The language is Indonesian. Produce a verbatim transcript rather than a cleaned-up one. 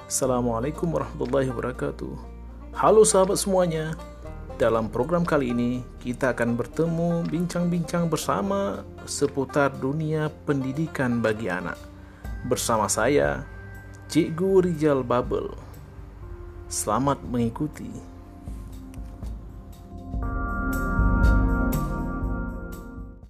Assalamualaikum warahmatullahi wabarakatuh. Halo sahabat semuanya. Dalam program kali ini kita akan bertemu bincang-bincang bersama seputar dunia pendidikan bagi anak. Bersama saya, Cikgu Rijal Babel. Selamat mengikuti.